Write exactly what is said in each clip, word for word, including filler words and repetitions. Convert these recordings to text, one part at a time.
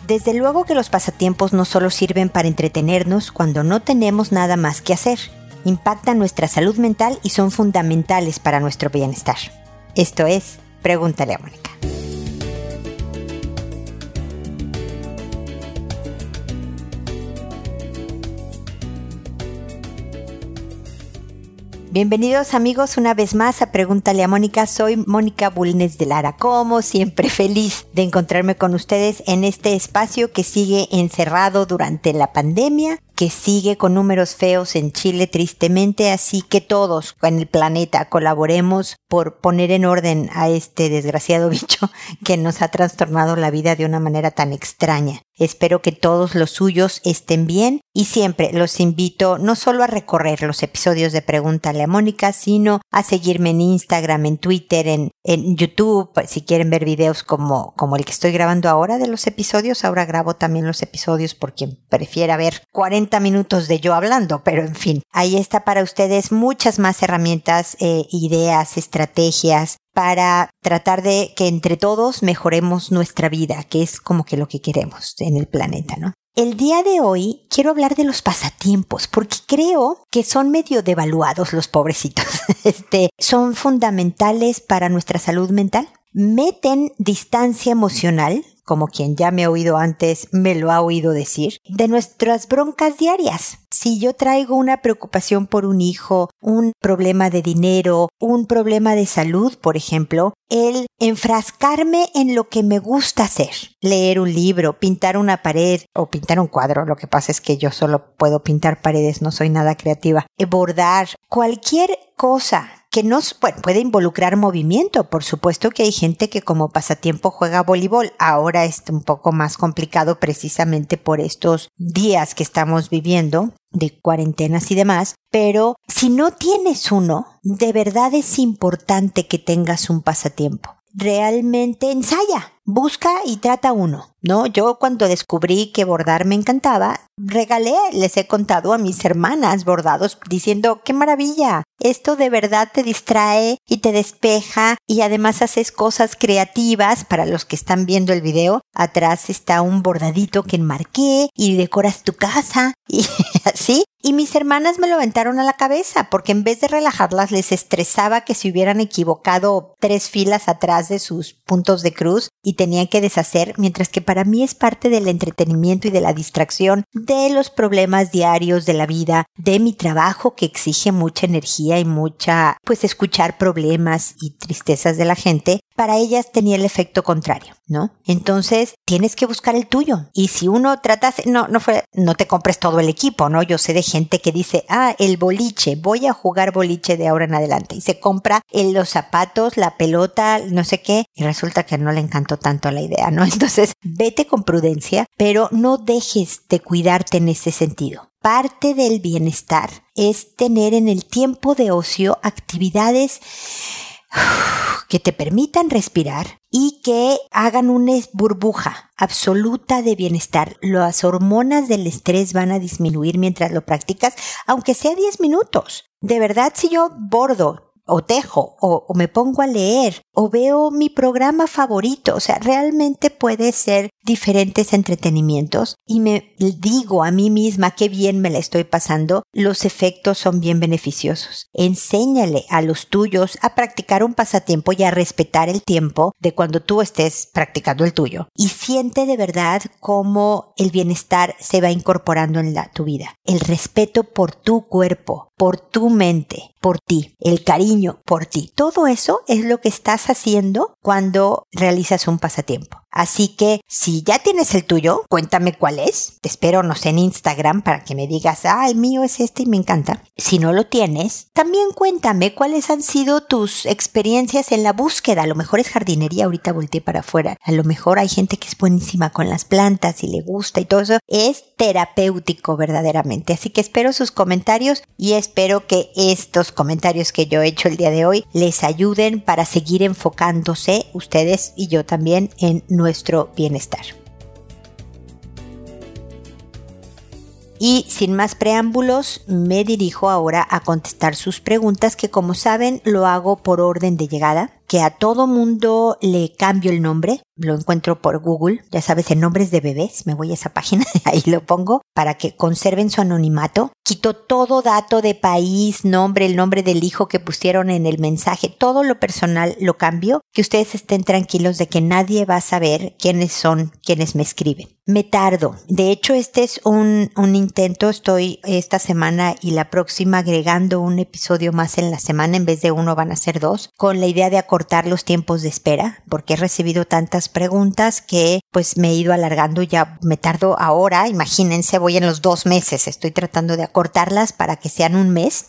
Desde luego que los pasatiempos no solo sirven para entretenernos cuando no tenemos nada más que hacer. Impactan nuestra salud mental y son fundamentales para nuestro bienestar. Esto es, Pregúntale a Mónica. Bienvenidos amigos una vez más a Pregúntale a Mónica. Soy Mónica Bulnes de Lara, como siempre feliz de encontrarme con ustedes en este espacio que sigue encerrado durante la pandemia, que sigue con números feos en Chile tristemente, así que todos en el planeta colaboremos por poner en orden a este desgraciado bicho que nos ha trastornado la vida de una manera tan extraña. Espero que todos los suyos estén bien y siempre los invito no solo a recorrer los episodios de Pregúntale a Mónica, sino a seguirme en Instagram, en Twitter, en, en YouTube, si quieren ver videos como, como el que estoy grabando ahora de los episodios. Ahora grabo también los episodios por quien prefiera ver cuarenta minutos de yo hablando, pero en fin, ahí está para ustedes muchas más herramientas, eh, ideas, estrategias para tratar de que entre todos mejoremos nuestra vida, que es como que lo que queremos en el planeta, ¿no? El día de hoy quiero hablar de los pasatiempos porque creo que son medio devaluados los pobrecitos. Este, son fundamentales para nuestra salud mental. Meten distancia emocional, como quien ya me ha oído antes me lo ha oído decir, de nuestras broncas diarias. Si yo traigo una preocupación por un hijo, un problema de dinero, un problema de salud, por ejemplo, el enfrascarme en lo que me gusta hacer, leer un libro, pintar una pared o pintar un cuadro, lo que pasa es que yo solo puedo pintar paredes, no soy nada creativa, bordar, cualquier cosa que nos, bueno, puede involucrar movimiento. Por supuesto que hay gente que como pasatiempo juega voleibol. Ahora es un poco más complicado precisamente por estos días que estamos viviendo de cuarentenas y demás, pero si no tienes uno, de verdad es importante que tengas un pasatiempo. Realmente ensaya, busca y trata uno, ¿no? Yo cuando descubrí que bordar me encantaba, regalé, les he contado a mis hermanas bordados diciendo, ¡qué maravilla! Esto de verdad te distrae y te despeja y además haces cosas creativas. Para los que están viendo el video, atrás está un bordadito que enmarqué y decoras tu casa y así. Y mis hermanas me lo aventaron a la cabeza porque en vez de relajarlas les estresaba que se hubieran equivocado tres filas atrás de sus puntos de cruz y tenían que deshacer, mientras que para mí es parte del entretenimiento y de la distracción de los problemas diarios de la vida, de mi trabajo que exige mucha energía y mucha, pues escuchar problemas y tristezas de la gente. Para ellas tenía el efecto contrario, ¿no? Entonces tienes que buscar el tuyo. Y si uno trata, no, no fue, no te compres todo el equipo, ¿no? Yo sé de gente que dice, ah, el boliche, voy a jugar boliche de ahora en adelante. Y se compra el, los zapatos, la pelota, no sé qué. Y resulta que no le encantó tanto la idea, ¿no? Entonces vete con prudencia, pero no dejes de cuidarte en ese sentido. Parte del bienestar es tener en el tiempo de ocio actividades que te permitan respirar y que hagan una burbuja absoluta de bienestar. Las hormonas del estrés van a disminuir mientras lo practicas, aunque sea diez minutos. De verdad, si yo bordo o tejo, o, o me pongo a leer, o veo mi programa favorito, o sea, realmente puede ser diferentes entretenimientos y me digo a mí misma qué bien me la estoy pasando, los efectos son bien beneficiosos. Enséñale a los tuyos a practicar un pasatiempo y a respetar el tiempo de cuando tú estés practicando el tuyo. Y siente de verdad cómo el bienestar se va incorporando en la, tu vida. El respeto por tu cuerpo, por tu mente, por ti, el cariño por ti. Todo eso es lo que estás haciendo cuando realizas un pasatiempo. Así que si ya tienes el tuyo, cuéntame cuál es. Te espero, no sé, en Instagram para que me digas, ah, el mío es este y me encanta. Si no lo tienes, también cuéntame cuáles han sido tus experiencias en la búsqueda. A lo mejor es jardinería, ahorita volteé para afuera. A lo mejor hay gente que es buenísima con las plantas y le gusta y todo eso. Es terapéutico verdaderamente. Así que espero sus comentarios y espero que estos comentarios que yo he hecho el día de hoy les ayuden para seguir enfocándose ustedes y yo también en nuestro bienestar. Y sin más preámbulos, me dirijo ahora a contestar sus preguntas que, como saben, lo hago por orden de llegada, que a todo mundo le cambio el nombre. lo encuentro por Google, ya sabes, en nombres de bebés, me voy a esa página, ahí lo pongo, para que conserven su anonimato. Quito todo dato de país, nombre, el nombre del hijo que pusieron en el mensaje, todo lo personal lo cambio, que ustedes estén tranquilos de que nadie va a saber quiénes son quienes me escriben. Me tardo. De hecho, este es un, un intento. Estoy esta semana y la próxima agregando un episodio más en la semana. En vez de uno van a ser dos, con la idea de acortar los tiempos de espera, porque he recibido tantas preguntas que pues me he ido alargando. Ya me tardo ahora, imagínense, voy en los dos meses. Estoy tratando de acortarlas para que sean un mes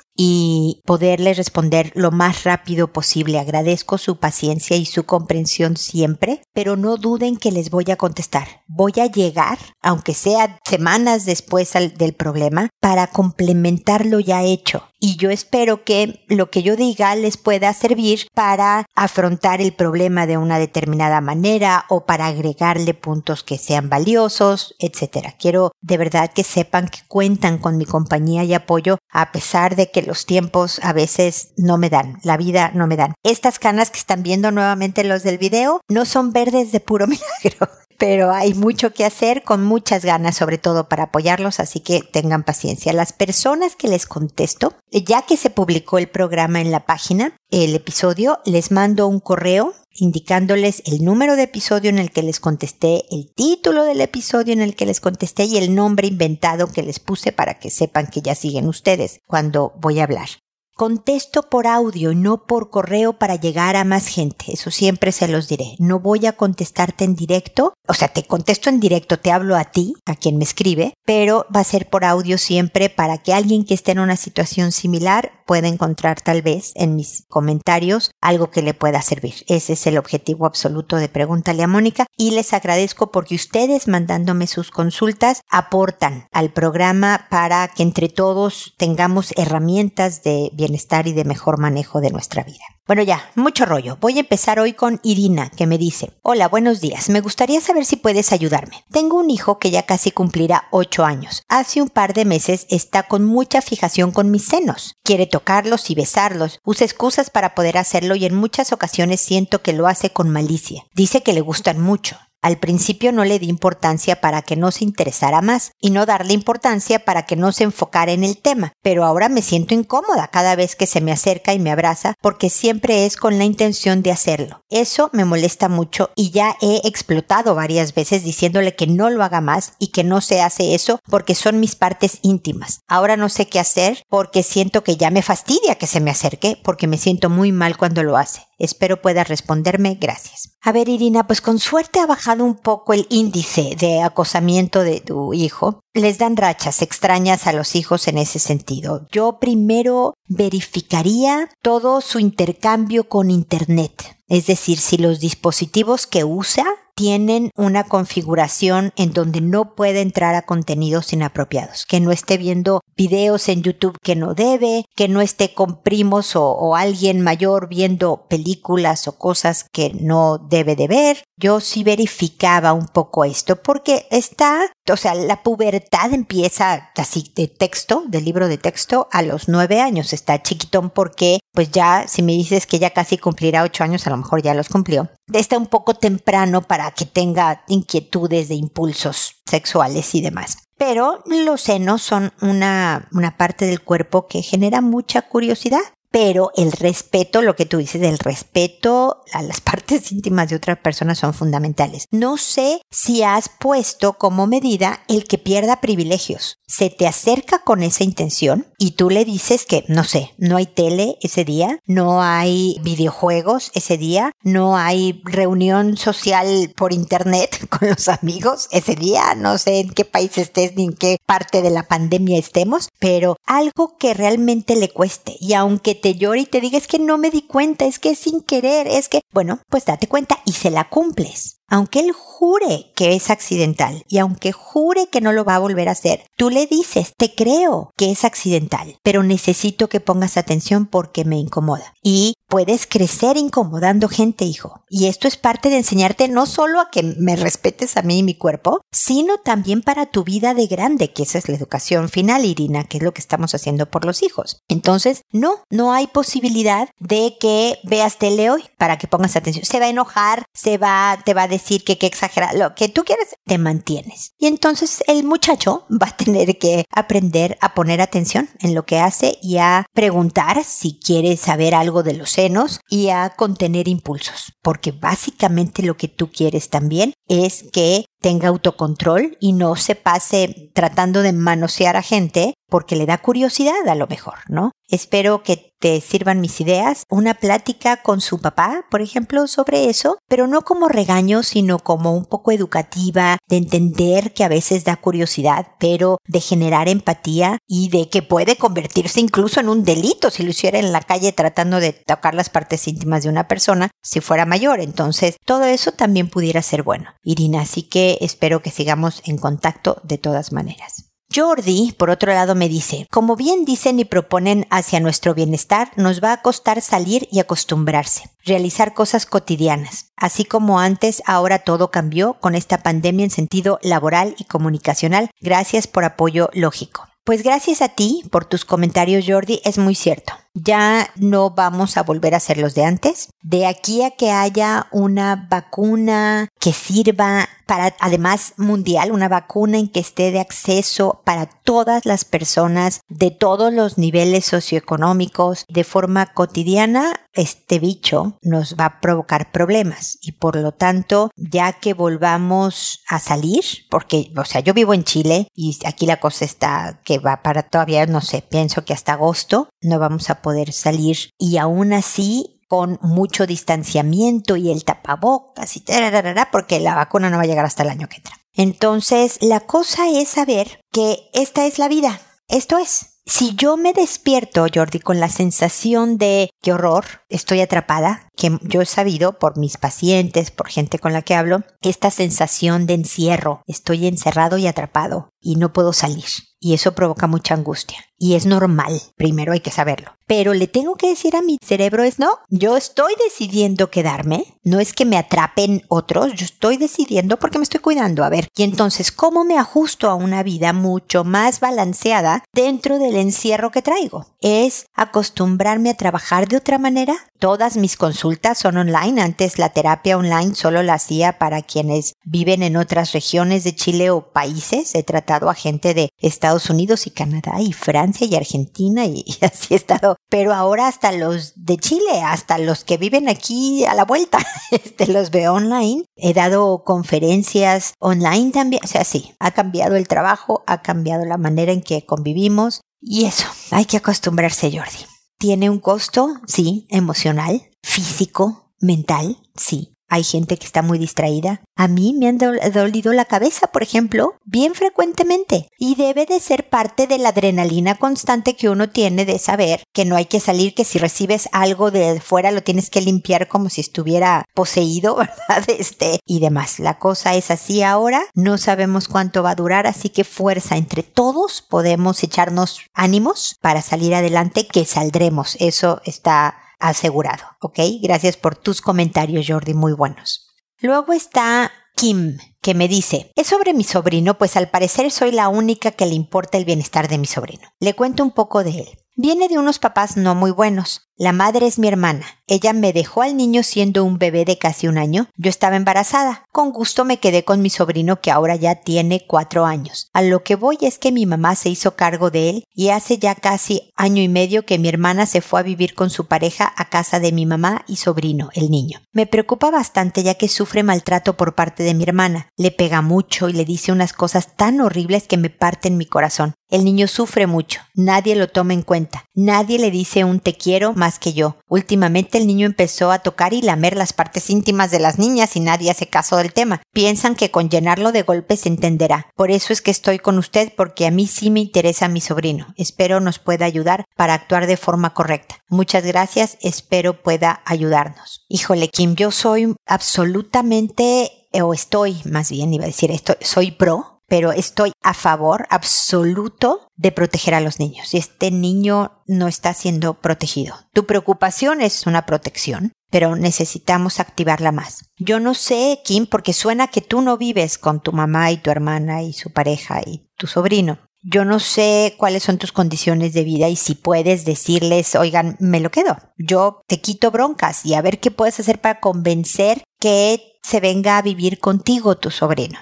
y poderles responder lo más rápido posible. Agradezco su paciencia y su comprensión siempre, pero no duden que les voy a contestar. Voy a llegar, aunque sea semanas después al, del problema, para complementar lo ya hecho. Y yo espero que lo que yo diga les pueda servir para afrontar el problema de una determinada manera o para agregarle puntos que sean valiosos, etcétera. Quiero de verdad que sepan que cuentan con mi compañía y apoyo a pesar de que los tiempos a veces no me dan, la vida no me dan. Estas canas que están viendo nuevamente los del video no son verdes de puro milagro. Pero hay mucho que hacer, con muchas ganas, sobre todo para apoyarlos, así que tengan paciencia. Las personas que les contesto, ya que se publicó el programa en la página, el episodio, les mando un correo indicándoles el número de episodio en el que les contesté, el título del episodio en el que les contesté y el nombre inventado que les puse para que sepan que ya siguen ustedes cuando voy a hablar. Contesto por audio y no por correo para llegar a más gente. Eso siempre se los diré. No voy a contestarte en directo. O sea, te contesto en directo, te hablo a ti, a quien me escribe, pero va a ser por audio siempre para que alguien que esté en una situación similar pueda encontrar tal vez en mis comentarios algo que le pueda servir. Ese es el objetivo absoluto de Pregúntale a Mónica y les agradezco porque ustedes mandándome sus consultas aportan al programa para que entre todos tengamos herramientas de bienestar y de mejor manejo de nuestra vida. Bueno, ya, mucho rollo. Voy a empezar hoy con Irina, que me dice: hola, buenos días. Me gustaría saber si puedes ayudarme. Tengo un hijo que ya casi cumplirá ocho años. Hace un par de meses está con mucha fijación con mis senos. Quiere tocarlos y besarlos. Usa excusas para poder hacerlo y en muchas ocasiones siento que lo hace con malicia. Dice que le gustan mucho. Al principio no le di importancia para que no se interesara más y no darle importancia para que no se enfocara en el tema, pero ahora me siento incómoda cada vez que se me acerca y me abraza porque siempre es con la intención de hacerlo. Eso me molesta mucho y ya he explotado varias veces diciéndole que no lo haga más y que no se hace eso porque son mis partes íntimas. Ahora no sé qué hacer porque siento que ya me fastidia que se me acerque porque me siento muy mal cuando lo hace. Espero pueda responderme. Gracias. A ver, Irina, pues con suerte ha bajado un poco el índice de acosamiento de tu hijo. Les dan rachas extrañas a los hijos en ese sentido. Yo primero verificaría todo su intercambio con Internet. Es decir, si los dispositivos que usa tienen una configuración en donde no puede entrar a contenidos inapropiados, que no esté viendo videos en YouTube que no debe, que no esté con primos o, o alguien mayor viendo películas o cosas que no debe de ver. Yo sí verificaba un poco esto porque está, o sea, la pubertad empieza así de texto, de libro de texto, a los nueve años. Está chiquitón porque, pues ya, si me dices que ya casi cumplirá ocho años, a lo mejor ya los cumplió. Está un poco temprano para que tenga inquietudes de impulsos sexuales y demás. Pero los senos son una, una parte del cuerpo que genera mucha curiosidad. Pero el respeto, lo que tú dices, el respeto a las partes íntimas de otra persona son fundamentales. No sé si has puesto como medida el que pierda privilegios. Se te acerca con esa intención y tú le dices que, no sé, no hay tele ese día, no hay videojuegos ese día, no hay reunión social por internet con los amigos ese día, no sé en qué país estés ni en qué parte de la pandemia estemos, pero algo que realmente le cueste y aunque te llore y te diga es que no me di cuenta, es que es sin querer, es que, bueno, pues date cuenta y se la cumples. Aunque él jure que es accidental y aunque jure que no lo va a volver a hacer, tú le dices, te creo que es accidental, pero necesito que pongas atención porque me incomoda. Y puedes crecer incomodando gente, hijo. Y esto es parte de enseñarte no solo a que me respetes a mí y mi cuerpo, sino también para tu vida de grande, que esa es la educación final, Irina, que es lo que estamos haciendo por los hijos. Entonces, no, no hay posibilidad de que veas tele hoy para que pongas atención. Se va a enojar, se va, te va a decir decir que qué exagera, lo que tú quieres, te mantienes. Y entonces el muchacho va a tener que aprender a poner atención en lo que hace y a preguntar si quiere saber algo de los senos y a contener impulsos. Porque básicamente lo que tú quieres también es que tenga autocontrol y no se pase tratando de manosear a gente porque le da curiosidad a lo mejor, ¿no? Espero que te sirvan mis ideas. Una plática con su papá, por ejemplo, sobre eso, pero no como regaño, sino como un poco educativa, de entender que a veces da curiosidad, pero de generar empatía y de que puede convertirse incluso en un delito si lo hiciera en la calle tratando de tocar las partes íntimas de una persona si fuera mayor. Entonces, todo eso también pudiera ser bueno, Irina, así que espero que sigamos en contacto de todas maneras. Jordi, por otro lado, me dice, como bien dicen y proponen hacia nuestro bienestar, nos va a costar salir y acostumbrarse, realizar cosas cotidianas. Así como antes, ahora todo cambió con esta pandemia en sentido laboral y comunicacional. Gracias por apoyo lógico. Pues gracias a ti por tus comentarios, Jordi, es muy cierto. Ya no vamos a volver a ser los de antes. De aquí a que haya una vacuna que sirva para, además mundial, una vacuna en que esté de acceso para todas las personas de todos los niveles socioeconómicos de forma cotidiana, este bicho nos va a provocar problemas y por lo tanto, ya que volvamos a salir, porque, o sea, yo vivo en Chile y aquí la cosa está que va para todavía, no sé, pienso que hasta agosto no vamos a poder salir y aún así con mucho distanciamiento y el tapabocas y tararara, porque la vacuna no va a llegar hasta el año que entra. Entonces, la cosa es saber que esta es la vida. Esto es. Si yo me despierto, Jordi, con la sensación de qué horror, estoy atrapada, que yo he sabido por mis pacientes, por gente con la que hablo, esta sensación de encierro, estoy encerrado y atrapado y no puedo salir. Y eso provoca mucha angustia. Y es normal, primero hay que saberlo. Pero le tengo que decir a mi cerebro es no, yo estoy decidiendo quedarme, no es que me atrapen otros, yo estoy decidiendo porque me estoy cuidando. A ver, y entonces, ¿cómo me ajusto a una vida mucho más balanceada dentro del encierro que traigo? Es acostumbrarme a trabajar de otra manera. Todas mis consultas son online. Antes la terapia online solo la hacía para quienes viven en otras regiones de Chile o países. He tratado a gente de Estados Unidos y Canadá y Francia y Argentina y, y así he estado. Pero ahora hasta los de Chile, hasta los que viven aquí a la vuelta, este, los veo online. He dado conferencias online también. O sea, sí, ha cambiado el trabajo, ha cambiado la manera en que convivimos y eso, hay que acostumbrarse, Jordi. ¿Tiene un costo? Sí, emocional, físico, mental, sí. Hay gente que está muy distraída. A mí me han dolido la cabeza, por ejemplo, bien frecuentemente. Y debe de ser parte de la adrenalina constante que uno tiene de saber que no hay que salir, que si recibes algo de fuera lo tienes que limpiar como si estuviera poseído, ¿verdad? Este, y demás. La cosa es así ahora. No sabemos cuánto va a durar, así que fuerza. Entre todos podemos echarnos ánimos para salir adelante, que saldremos. Eso está asegurado, ¿ok? Gracias por tus comentarios, Jordi, muy buenos. Luego está Kim, que me dice, es sobre mi sobrino, pues al parecer soy la única que le importa el bienestar de mi sobrino. Le cuento un poco de él. Viene de unos papás no muy buenos. La madre es mi hermana. Ella me dejó al niño siendo un bebé de casi un año. Yo estaba embarazada. Con gusto me quedé con mi sobrino que ahora ya tiene cuatro años. A lo que voy es que mi mamá se hizo cargo de él y hace ya casi año y medio que mi hermana se fue a vivir con su pareja a casa de mi mamá y sobrino, el niño. Me preocupa bastante ya que sufre maltrato por parte de mi hermana. Le pega mucho y le dice unas cosas tan horribles que me parten mi corazón. El niño sufre mucho. Nadie lo toma en cuenta. Nadie le dice un te quiero más que yo. Últimamente el niño empezó a tocar y lamer las partes íntimas de las niñas y nadie hace caso del tema. Piensan que con llenarlo de golpes se entenderá. Por eso es que estoy con usted, porque a mí sí me interesa mi sobrino. Espero nos pueda ayudar para actuar de forma correcta. Muchas gracias. Espero pueda ayudarnos. Híjole, Kim, yo soy absolutamente, o estoy más bien, iba a decir esto, soy pro. Pero estoy a favor absoluto de proteger a los niños. Y este niño no está siendo protegido. Tu preocupación es una protección, pero necesitamos activarla más. Yo no sé, Kim, porque suena que tú no vives con tu mamá y tu hermana y su pareja y tu sobrino. Yo no sé cuáles son tus condiciones de vida y si puedes decirles, oigan, me lo quedo. Yo te quito broncas y a ver qué puedes hacer para convencer que se venga a vivir contigo tu sobrino.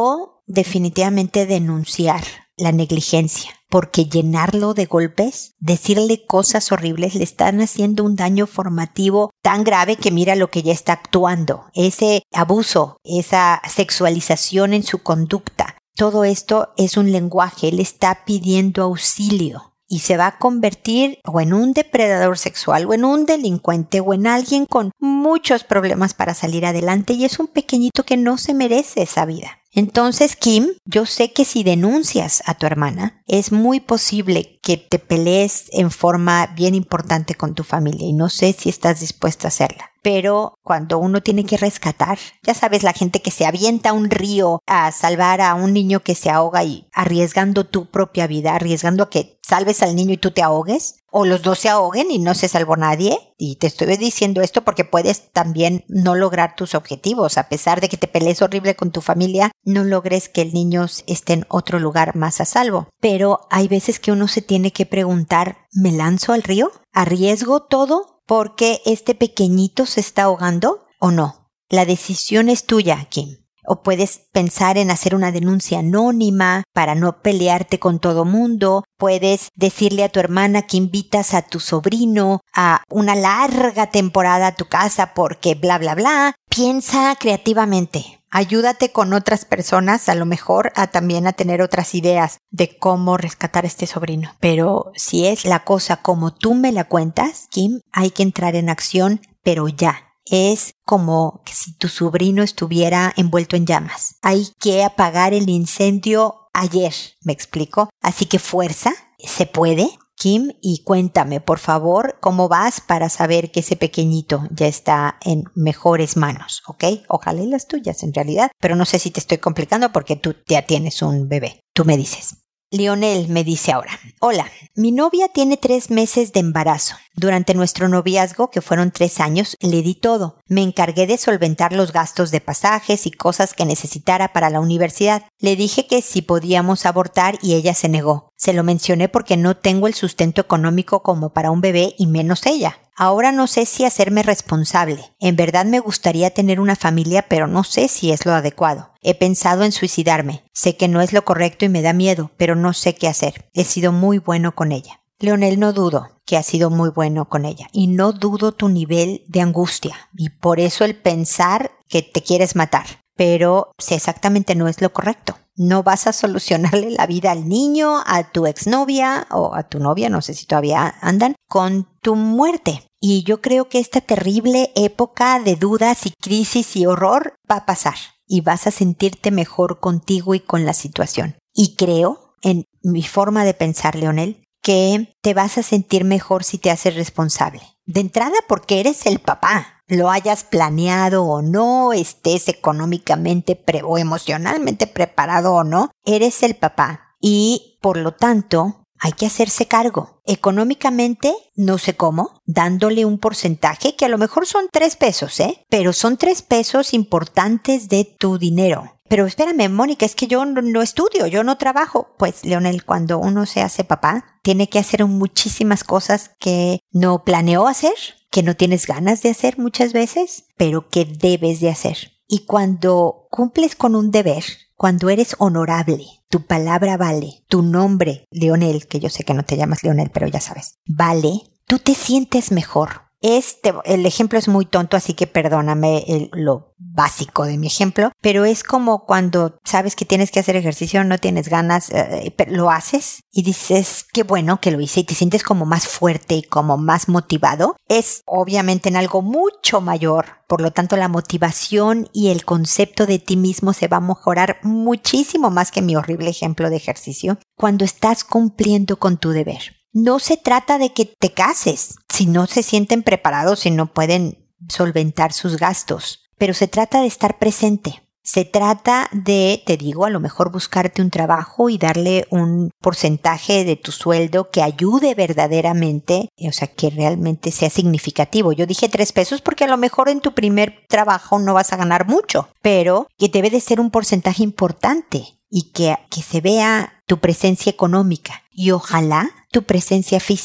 O definitivamente denunciar la negligencia, porque llenarlo de golpes, decirle cosas horribles, le están haciendo un daño formativo tan grave que mira lo que ya está actuando. Ese abuso, esa sexualización en su conducta, todo esto es un lenguaje, él está pidiendo auxilio. Y se va a convertir o en un depredador sexual o en un delincuente o en alguien con muchos problemas para salir adelante, y es un pequeñito que no se merece esa vida. Entonces, Kim, yo sé que si denuncias a tu hermana, es muy posible que te pelees en forma bien importante con tu familia, y no sé si estás dispuesta a hacerla. Pero cuando uno tiene que rescatar, ya sabes, la gente que se avienta a un río a salvar a un niño que se ahoga y arriesgando tu propia vida, arriesgando a que salves al niño y tú te ahogues, o los dos se ahoguen y no se salvó nadie. Y te estoy diciendo esto porque puedes también no lograr tus objetivos. A pesar de que te pelees horrible con tu familia, no logres que el niño esté en otro lugar más a salvo. Pero hay veces que uno se tiene que preguntar, ¿me lanzo al río? ¿Arriesgo todo porque este pequeñito se está ahogando o no? La decisión es tuya, Kim. O puedes pensar en hacer una denuncia anónima para no pelearte con todo mundo. Puedes decirle a tu hermana que invitas a tu sobrino a una larga temporada a tu casa porque bla, bla, bla. Piensa creativamente. Ayúdate con otras personas, a lo mejor a también a tener otras ideas de cómo rescatar a este sobrino. Pero si es la cosa como tú me la cuentas, Kim, hay que entrar en acción, pero ya. Es como que si tu sobrino estuviera envuelto en llamas. Hay que apagar el incendio ayer, ¿me explico? Así que fuerza, ¿se puede? Kim, y cuéntame, por favor, cómo vas para saber que ese pequeñito ya está en mejores manos, ¿ok? Ojalá y las tuyas en realidad, pero no sé si te estoy complicando porque tú ya tienes un bebé. Tú me dices. Leonel me dice ahora, hola, mi novia tiene tres meses de embarazo. Durante nuestro noviazgo, que fueron tres años, le di todo. Me encargué de solventar los gastos de pasajes y cosas que necesitara para la universidad. Le dije que si podíamos abortar y ella se negó. Se lo mencioné porque no tengo el sustento económico como para un bebé y menos ella. Ahora no sé si hacerme responsable. En verdad me gustaría tener una familia, pero no sé si es lo adecuado. He pensado en suicidarme. Sé que no es lo correcto y me da miedo, pero no sé qué hacer. He sido muy bueno con ella. Leonel, no dudo que has sido muy bueno con ella y no dudo tu nivel de angustia y por eso el pensar que te quieres matar. Pero si exactamente no es lo correcto. No vas a solucionarle la vida al niño, a tu exnovia o a tu novia, no sé si todavía andan, con tu muerte. Y yo creo que esta terrible época de dudas y crisis y horror va a pasar. Y vas a sentirte mejor contigo y con la situación. Y creo, en mi forma de pensar, Leonel, que te vas a sentir mejor si te haces responsable. De entrada porque eres el papá. Lo hayas planeado o no, estés económicamente pre- o emocionalmente preparado o no, eres el papá. Y por lo tanto, hay que hacerse cargo. Económicamente, no sé cómo, dándole un porcentaje que a lo mejor son tres pesos, ¿eh? Pero son tres pesos importantes de tu dinero. Pero espérame, Mónica, es que yo no, no estudio, yo no trabajo. Pues, Leonel, cuando uno se hace papá, tiene que hacer muchísimas cosas que no planeó hacer, que no tienes ganas de hacer muchas veces, pero que debes de hacer. Y cuando cumples con un deber, cuando eres honorable, tu palabra vale, tu nombre, Leonel, que yo sé que no te llamas Leonel, pero ya sabes, vale, tú te sientes mejor. Este, el ejemplo es muy tonto, así que perdóname el, lo básico de mi ejemplo, pero es como cuando sabes que tienes que hacer ejercicio, no tienes ganas, eh, pero lo haces y dices, qué bueno que lo hice y te sientes como más fuerte y como más motivado. Es obviamente en algo mucho mayor, por lo tanto la motivación y el concepto de ti mismo se va a mejorar muchísimo más que mi horrible ejemplo de ejercicio cuando estás cumpliendo con tu deber. No se trata de que te cases si no se sienten preparados, si no pueden solventar sus gastos, pero se trata de estar presente. Se trata de, te digo, a lo mejor buscarte un trabajo y darle un porcentaje de tu sueldo que ayude verdaderamente, o sea, que realmente sea significativo. Yo dije tres pesos porque a lo mejor en tu primer trabajo no vas a ganar mucho, pero que debe de ser un porcentaje importante y que, que se vea tu presencia económica y ojalá tu presencia física.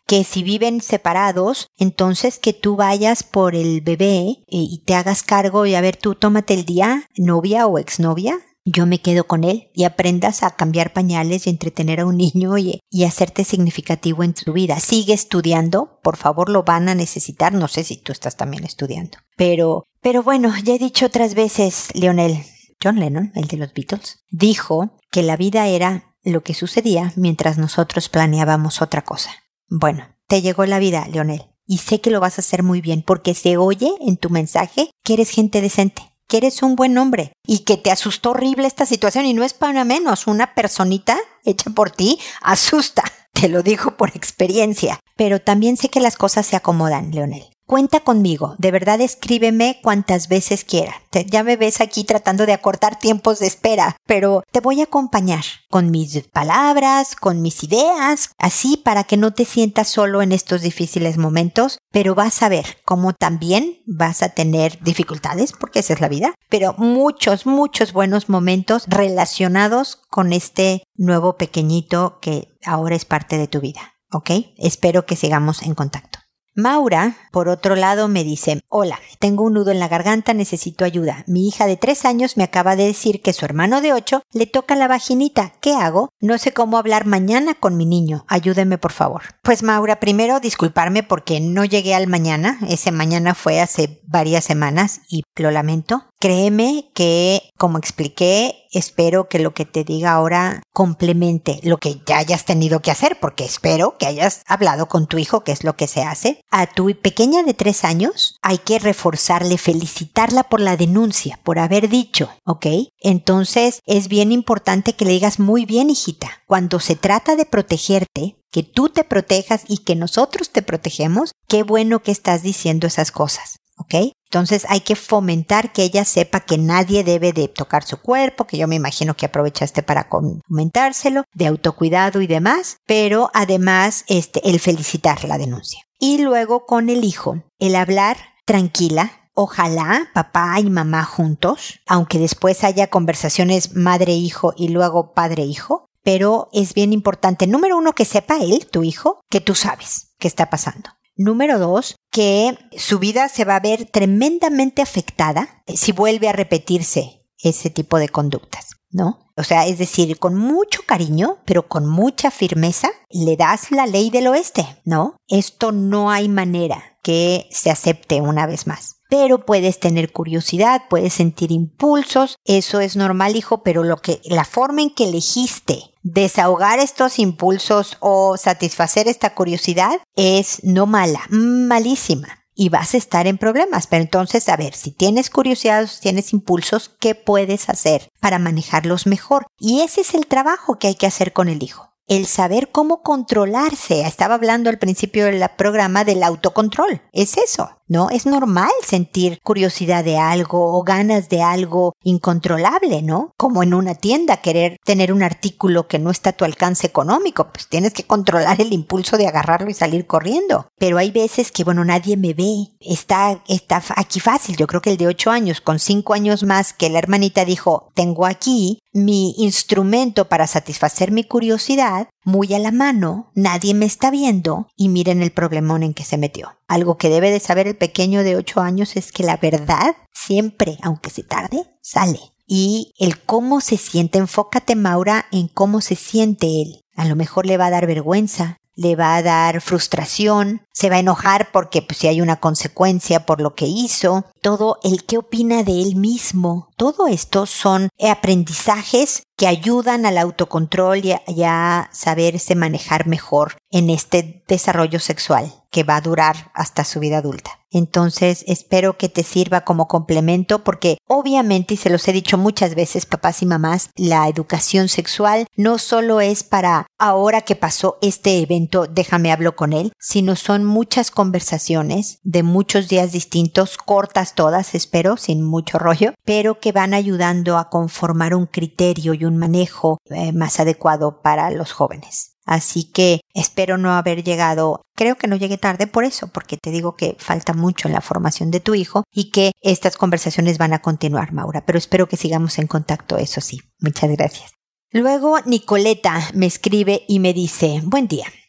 que si viven separados, entonces que tú vayas por el bebé y te hagas cargo y a ver, tú tómate el día, novia o exnovia. Yo me quedo con él y aprendas a cambiar pañales y entretener a un niño y, y hacerte significativo en tu vida. Sigue estudiando, por favor, lo van a necesitar. No sé si tú estás también estudiando. Pero, pero bueno, ya he dicho otras veces, Lionel, John Lennon, el de los Beatles, dijo que la vida era lo que sucedía mientras nosotros planeábamos otra cosa. Bueno, te llegó la vida, Lionel, y sé que lo vas a hacer muy bien porque se oye en tu mensaje que eres gente decente, que eres un buen hombre y que te asustó horrible esta situación y no es para menos. Una personita hecha por ti asusta. Te lo digo por experiencia. Pero también sé que las cosas se acomodan, Lionel. Cuenta conmigo, de verdad escríbeme cuantas veces quiera. Te, ya me ves aquí tratando de acortar tiempos de espera, pero te voy a acompañar con mis palabras, con mis ideas, así para que no te sientas solo en estos difíciles momentos, pero vas a ver cómo también vas a tener dificultades, porque esa es la vida, pero muchos, muchos buenos momentos relacionados con este nuevo pequeñito que ahora es parte de tu vida, ¿ok? Espero que sigamos en contacto. Maura, por otro lado, me dice, hola, tengo un nudo en la garganta, necesito ayuda. Mi hija de tres años me acaba de decir que su hermano de ocho le toca la vaginita. ¿Qué hago? No sé cómo hablar mañana con mi niño. Ayúdeme, por favor. Pues Maura, primero disculparme porque no llegué al mañana. Ese mañana fue hace varias semanas y lo lamento. Créeme que, como expliqué, espero que lo que te diga ahora complemente lo que ya hayas tenido que hacer, porque espero que hayas hablado con tu hijo, que es lo que se hace. A tu pequeña de tres años hay que reforzarle, felicitarla por la denuncia, por haber dicho, ¿ok? Entonces es bien importante que le digas, muy bien, hijita, cuando se trata de protegerte, que tú te protejas y que nosotros te protegemos, qué bueno que estás diciendo esas cosas, ¿ok? Entonces hay que fomentar que ella sepa que nadie debe de tocar su cuerpo, que yo me imagino que aprovechaste para comentárselo, de autocuidado y demás, pero además este, el felicitar la denuncia. Y luego con el hijo, el hablar tranquila. Ojalá papá y mamá juntos, aunque después haya conversaciones madre-hijo y luego padre-hijo, pero es bien importante, número uno, que sepa él, tu hijo, que tú sabes qué está pasando. Número dos, que su vida se va a ver tremendamente afectada si vuelve a repetirse ese tipo de conductas, ¿no? O sea, es decir, con mucho cariño, pero con mucha firmeza, le das la ley del oeste, ¿no? Esto no hay manera que se acepte una vez más. Pero puedes tener curiosidad, puedes sentir impulsos, eso es normal, hijo, pero lo que, la forma en que elegiste desahogar estos impulsos o satisfacer esta curiosidad es no mala, malísima. Y vas a estar en problemas. Pero entonces, a ver, si tienes curiosidad o si tienes impulsos, ¿qué puedes hacer para manejarlos mejor? Y ese es el trabajo que hay que hacer con el hijo. El saber cómo controlarse. Estaba hablando al principio del programa del autocontrol. Es eso, ¿no? Es normal sentir curiosidad de algo o ganas de algo incontrolable, ¿no? Como en una tienda, querer tener un artículo que no está a tu alcance económico. Pues tienes que controlar el impulso de agarrarlo y salir corriendo. Pero hay veces que, bueno, nadie me ve. Está, está aquí fácil. Yo creo que el de ocho años, con cinco años más, que la hermanita dijo, tengo aquí mi instrumento para satisfacer mi curiosidad, muy a la mano, nadie me está viendo y miren el problemón en que se metió. Algo que debe de saber el pequeño de ocho años es que la verdad siempre, aunque se tarde, sale. Y el cómo se siente, enfócate, Maura, en cómo se siente él. A lo mejor le va a dar vergüenza, le va a dar frustración, se va a enojar porque pues, si hay una consecuencia por lo que hizo, todo el qué opina de él mismo. Todo esto son aprendizajes que ayudan al autocontrol y a, y a saberse manejar mejor en este desarrollo sexual que va a durar hasta su vida adulta. Entonces, espero que te sirva como complemento porque obviamente, y se los he dicho muchas veces, papás y mamás, la educación sexual no solo es para ahora que pasó este evento, déjame hablo con él, sino son muchas conversaciones de muchos días distintos, cortas todas, espero, sin mucho rollo, pero que van ayudando a conformar un criterio y un manejo eh, más adecuado para los jóvenes. Así que espero no haber llegado, creo que no llegué tarde por eso, porque te digo que falta mucho en la formación de tu hijo y que estas conversaciones van a continuar, Maura, pero espero que sigamos en contacto, eso sí. Muchas gracias. Luego Nicoleta me escribe y me dice, buen día.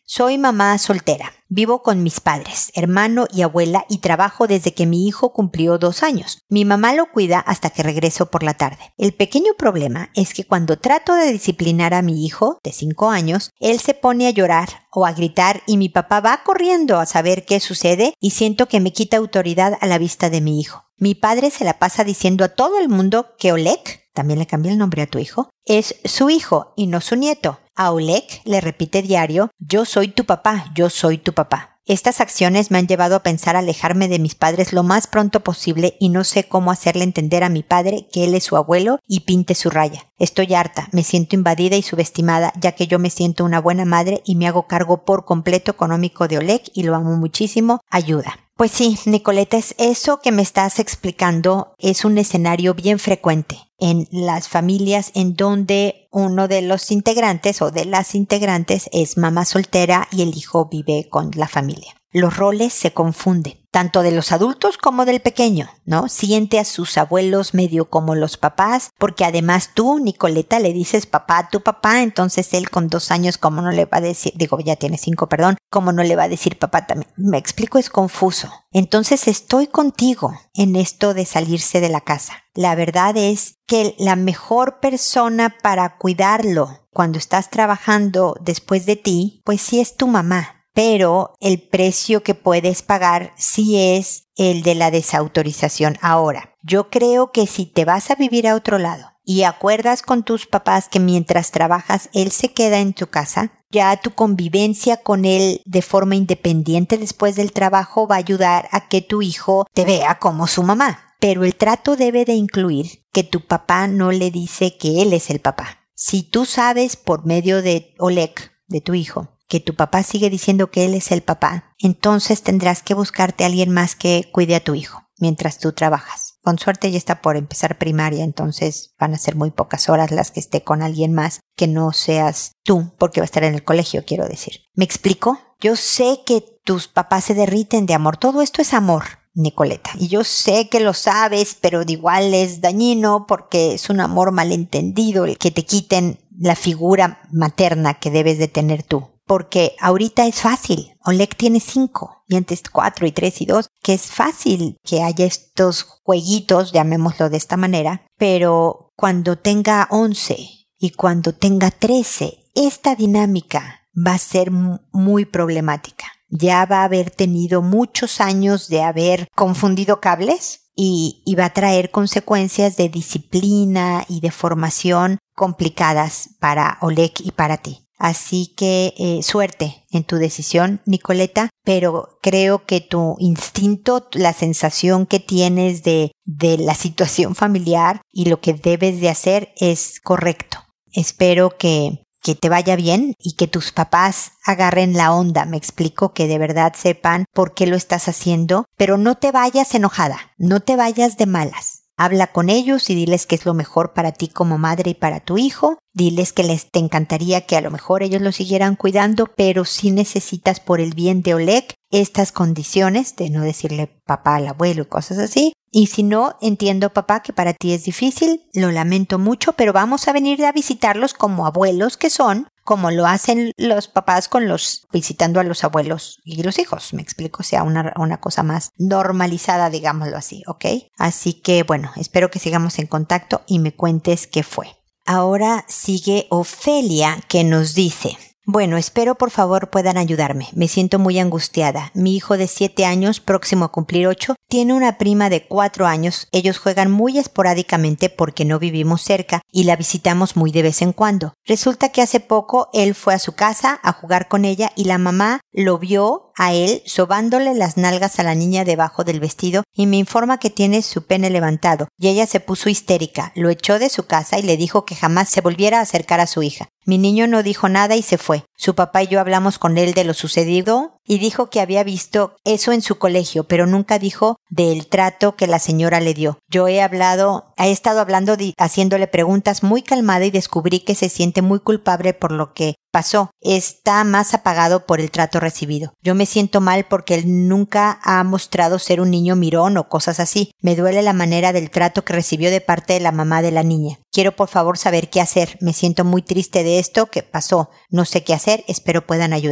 Soy mamá soltera. Vivo con mis padres, hermano y abuela y trabajo desde que mi hijo cumplió dos años. Mi mamá lo cuida hasta que regreso por la tarde. El pequeño problema es que cuando trato de disciplinar a mi hijo, de cinco años, él se pone a llorar o a gritar y mi papá va corriendo a saber qué sucede y siento que me quita autoridad a la vista de mi hijo. Mi padre se la pasa diciendo a todo el mundo que Oleg, también le cambié el nombre a tu hijo, es su hijo y no su nieto. A Oleg le repite diario, yo soy tu papá, yo soy tu papá. Estas acciones me han llevado a pensar alejarme de mis padres lo más pronto posible y no sé cómo hacerle entender a mi padre que él es su abuelo y pinte su raya. Estoy harta, me siento invadida y subestimada, ya que yo me siento una buena madre y me hago cargo por completo económico de Oleg y lo amo muchísimo. Ayuda. Pues sí, Nicoleta, es eso que me estás explicando es un escenario bien frecuente en las familias en donde uno de los integrantes o de las integrantes es mamá soltera y el hijo vive con la familia. Los roles se confunden, tanto de los adultos como del pequeño, ¿no? Siente a sus abuelos medio como los papás, porque además tú, Nicoleta, le dices papá a tu papá, entonces él con dos años, ¿cómo no le va a decir? Digo, ya tiene cinco, perdón, ¿cómo no le va a decir papá también? Me explico, es confuso. Entonces estoy contigo en esto de salirse de la casa. La verdad es que la mejor persona para cuidarlo cuando estás trabajando después de ti, pues sí es tu mamá. Pero el precio que puedes pagar sí es el de la desautorización. Ahora, yo creo que si te vas a vivir a otro lado y acuerdas con tus papás que mientras trabajas él se queda en tu casa, ya tu convivencia con él de forma independiente después del trabajo va a ayudar a que tu hijo te vea como su mamá. Pero el trato debe de incluir que tu papá no le dice que él es el papá. Si tú sabes por medio de Oleg, de tu hijo, que tu papá sigue diciendo que él es el papá, entonces tendrás que buscarte a alguien más que cuide a tu hijo mientras tú trabajas. Con suerte ya está por empezar primaria, entonces van a ser muy pocas horas las que esté con alguien más que no seas tú, porque va a estar en el colegio, quiero decir. ¿Me explico? Yo sé que tus papás se derriten de amor. Todo esto es amor, Nicoleta, y yo sé que lo sabes, pero de igual es dañino porque es un amor malentendido el que te quiten la figura materna que debes de tener tú. Porque ahorita es fácil. Oleg tiene cinco y antes cuatro y tres y dos, que es fácil que haya estos jueguitos, llamémoslo de esta manera, pero cuando tenga once y cuando tenga trece, esta dinámica va a ser muy problemática. Ya va a haber tenido muchos años de haber confundido cables y, y va a traer consecuencias de disciplina y de formación complicadas para Oleg y para ti. Así que eh, suerte en tu decisión, Nicoleta, pero creo que tu instinto, la sensación que tienes de, de la situación familiar y lo que debes de hacer es correcto. Espero que, que te vaya bien y que tus papás agarren la onda, me explico, que de verdad sepan por qué lo estás haciendo, pero no te vayas enojada, no te vayas de malas. Habla con ellos y diles que es lo mejor para ti como madre y para tu hijo. Diles que les te encantaría que a lo mejor ellos lo siguieran cuidando, pero sí necesitas por el bien de Oleg estas condiciones de no decirle papá al abuelo y cosas así. Y si no, entiendo, papá, que para ti es difícil, lo lamento mucho, pero vamos a venir a visitarlos como abuelos que son, como lo hacen los papás con los visitando a los abuelos y los hijos. Me explico, o sea, una, una cosa más normalizada, digámoslo así, ¿ok? Así que, bueno, espero que sigamos en contacto y me cuentes qué fue. Ahora sigue Ofelia, que nos dice: bueno, espero por favor puedan ayudarme. Me siento muy angustiada. Mi hijo de siete años, próximo a cumplir ocho, tiene una prima de cuatro años. Ellos juegan muy esporádicamente porque no vivimos cerca y la visitamos muy de vez en cuando. Resulta que hace poco él fue a su casa a jugar con ella y la mamá lo vio a él sobándole las nalgas a la niña debajo del vestido y me informa que tiene su pene levantado y ella se puso histérica, lo echó de su casa y le dijo que jamás se volviera a acercar a su hija. Mi niño no dijo nada y se fue. Su papá y yo hablamos con él de lo sucedido y dijo que había visto eso en su colegio, pero nunca dijo del trato que la señora le dio. Yo he hablado, he estado hablando, de, haciéndole preguntas muy calmada y descubrí que se siente muy culpable por lo que pasó. Está más apagado por el trato recibido. Yo me siento mal porque él nunca ha mostrado ser un niño mirón o cosas así. Me duele la manera del trato que recibió de parte de la mamá de la niña. Quiero por favor saber qué hacer. Me siento muy triste de esto que pasó. No sé qué hacer. Espero puedan ayudarme.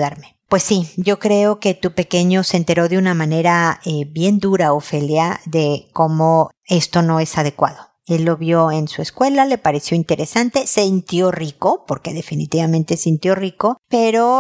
Pues sí, yo creo que tu pequeño se enteró de una manera eh, bien dura, Ofelia, de cómo esto no es adecuado. Él lo vio en su escuela, le pareció interesante, sintió rico, porque definitivamente sintió rico, pero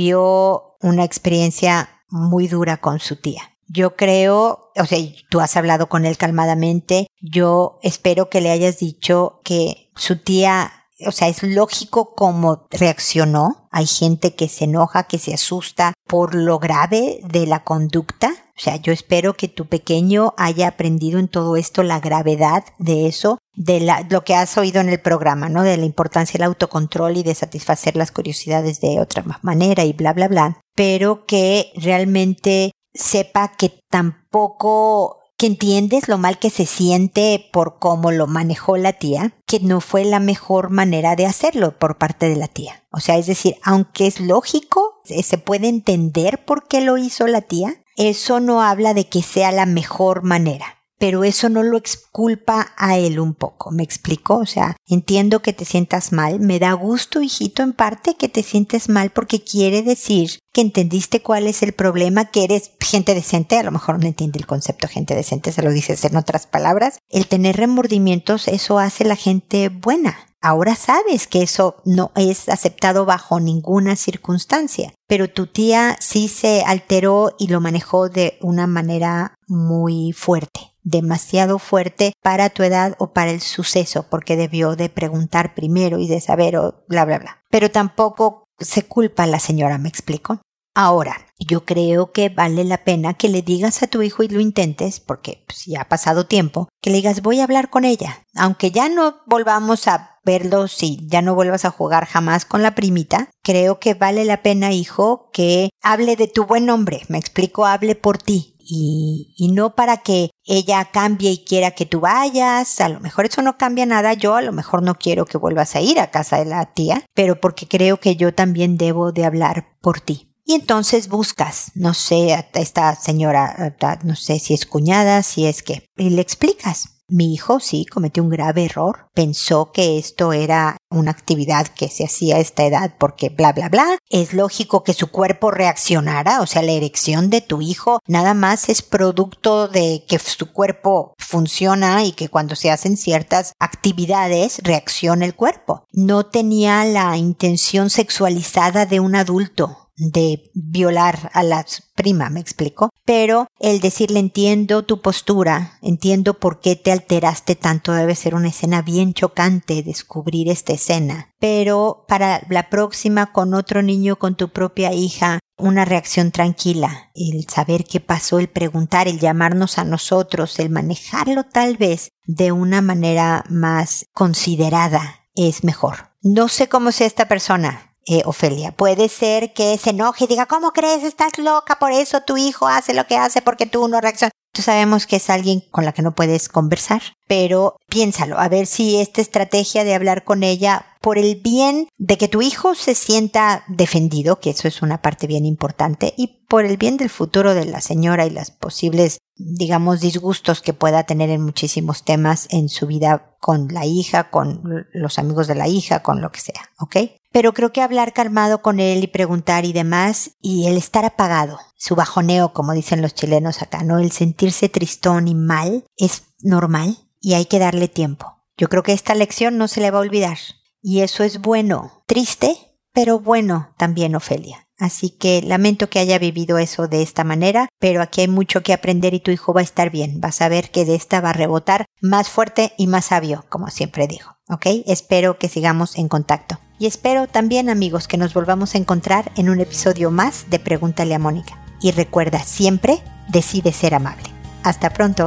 vivió una experiencia muy dura con su tía. Yo creo, o sea, tú has hablado con él calmadamente, yo espero que le hayas dicho que su tía, o sea, es lógico cómo reaccionó. Hay gente que se enoja, que se asusta por lo grave de la conducta. O sea, yo espero que tu pequeño haya aprendido en todo esto la gravedad de eso, de la, lo que has oído en el programa, ¿no? De la importancia del autocontrol y de satisfacer las curiosidades de otra manera y bla, bla, bla. Pero que realmente sepa que tampoco, que entiendes lo mal que se siente por cómo lo manejó la tía, que no fue la mejor manera de hacerlo por parte de la tía. O sea, es decir, aunque es lógico, se puede entender por qué lo hizo la tía, eso no habla de que sea la mejor manera. Pero eso no lo exculpa a él un poco, ¿me explico? O sea, entiendo que te sientas mal, me da gusto, hijito, en parte que te sientes mal porque quiere decir que entendiste cuál es el problema, que eres gente decente, a lo mejor no entiende el concepto gente decente, se lo dices en otras palabras. El tener remordimientos, eso hace la gente buena. Ahora sabes que eso no es aceptado bajo ninguna circunstancia, pero tu tía sí se alteró y lo manejó de una manera muy fuerte. Demasiado fuerte para tu edad o para el suceso, porque debió de preguntar primero y de saber o bla, bla, bla. Pero tampoco se culpa a la señora, ¿me explico? Ahora, yo creo que vale la pena que le digas a tu hijo y lo intentes, porque pues, ya ha pasado tiempo, que le digas voy a hablar con ella. Aunque ya no volvamos a verlos y ya no vuelvas a jugar jamás con la primita, creo que vale la pena, hijo, que hable de tu buen nombre, me explico, hable por ti. Y, y no para que ella cambie y quiera que tú vayas, a lo mejor eso no cambia nada, yo a lo mejor no quiero que vuelvas a ir a casa de la tía, pero porque creo que yo también debo de hablar por ti. Y entonces buscas, no sé, a esta señora, a, no sé si es cuñada, si es que, y le explicas. Mi hijo sí cometió un grave error, pensó que esto era una actividad que se hacía a esta edad porque bla bla bla, es lógico que su cuerpo reaccionara, o sea la erección de tu hijo nada más es producto de que su cuerpo funciona y que cuando se hacen ciertas actividades reacciona el cuerpo. No tenía la intención sexualizada de un adulto de violar a la prima, ¿me explico? Pero el decirle entiendo tu postura, entiendo por qué te alteraste tanto, debe ser una escena bien chocante descubrir esta escena, pero para la próxima con otro niño, con tu propia hija, una reacción tranquila, el saber qué pasó, el preguntar, el llamarnos a nosotros, el manejarlo tal vez de una manera más considerada es mejor. No sé cómo sea esta persona. Eh, Ofelia, puede ser que se enoje y diga, ¿cómo crees? Estás loca, por eso tu hijo hace lo que hace porque tú no reaccionas. Tú sabemos que es alguien con la que no puedes conversar, pero piénsalo, a ver si esta estrategia de hablar con ella por el bien de que tu hijo se sienta defendido, que eso es una parte bien importante, y por el bien del futuro de la señora y las posibles, digamos, disgustos que pueda tener en muchísimos temas en su vida con la hija, con los amigos de la hija, con lo que sea, ¿ok? Pero creo que hablar calmado con él y preguntar y demás, y el estar apagado, su bajoneo, como dicen los chilenos acá, ¿no? El sentirse tristón y mal es normal y hay que darle tiempo. Yo creo que esta lección no se le va a olvidar. Y eso es bueno. Triste, pero bueno también, Ofelia. Así que lamento que haya vivido eso de esta manera, pero aquí hay mucho que aprender y tu hijo va a estar bien. Vas a ver que de esta va a rebotar más fuerte y más sabio, como siempre digo. ¿Ok? Espero que sigamos en contacto. Y espero también, amigos, que nos volvamos a encontrar en un episodio más de Pregúntale a Mónica. Y recuerda, siempre decide ser amable. Hasta pronto.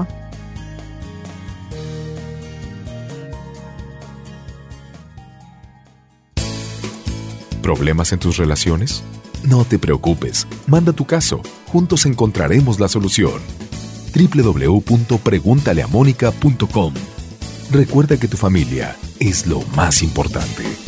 ¿Problemas en tus relaciones? No te preocupes, manda tu caso, juntos encontraremos la solución. doble u doble u doble u punto pregúntale a mónica punto com. Recuerda que tu familia es lo más importante.